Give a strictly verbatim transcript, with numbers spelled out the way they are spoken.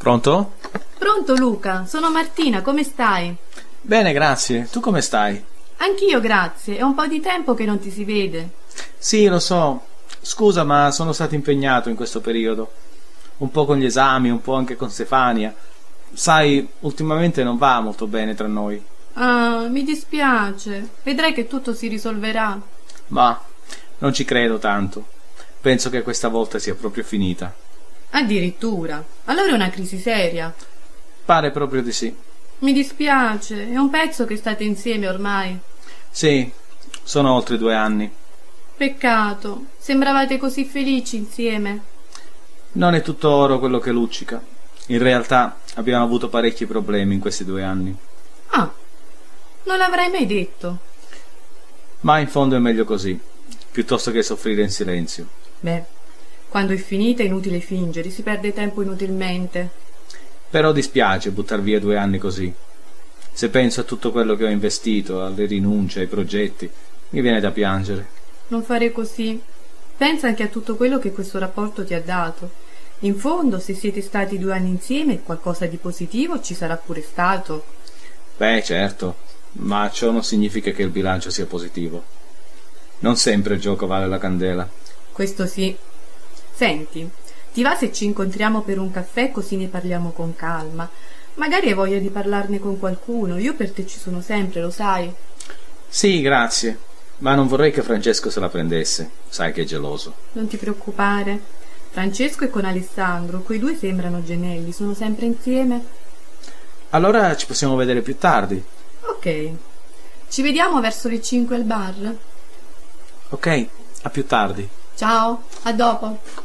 Pronto? Pronto Luca, sono Martina, come stai? Bene, grazie. Tu come stai? Anch'io, grazie. È un po' di tempo che non ti si vede. Sì, lo so. Scusa, ma sono stato impegnato in questo periodo. Un po' con gli esami, un po' anche con Stefania. Sai, ultimamente non va molto bene tra noi. Ah, mi dispiace. Vedrai che tutto si risolverà. Ma non ci credo tanto. Penso che questa volta sia proprio finita. Addirittura. Allora è una crisi seria. Pare proprio di sì. Mi dispiace, è un pezzo che state insieme ormai. Sì, sono oltre due anni. Peccato, sembravate così felici insieme. Non è tutto oro quello che luccica. In realtà abbiamo avuto parecchi problemi in questi due anni. Ah, non l'avrei mai detto. Ma in fondo è meglio così, piuttosto che soffrire in silenzio. Beh, quando è finita è inutile fingere, si perde tempo inutilmente. Però dispiace buttar via due anni così. Se penso a tutto quello che ho investito, alle rinunce, ai progetti, mi viene da piangere. Non fare così. Pensa anche a tutto quello che questo rapporto ti ha dato. In fondo, se siete stati due anni insieme, qualcosa di positivo ci sarà pure stato. Beh, certo, ma ciò non significa che il bilancio sia positivo. Non sempre il gioco vale la candela. Questo sì. Senti, ti va se ci incontriamo per un caffè così ne parliamo con calma? Magari hai voglia di parlarne con qualcuno, io per te ci sono sempre, lo sai. Sì, grazie, ma non vorrei che Francesco se la prendesse, sai che è geloso. Non ti preoccupare, Francesco è con Alessandro, quei due sembrano gemelli, sono sempre insieme. Allora ci possiamo vedere più tardi. Ok, ci vediamo verso le cinque al bar? Ok, a più tardi. Ciao, a dopo.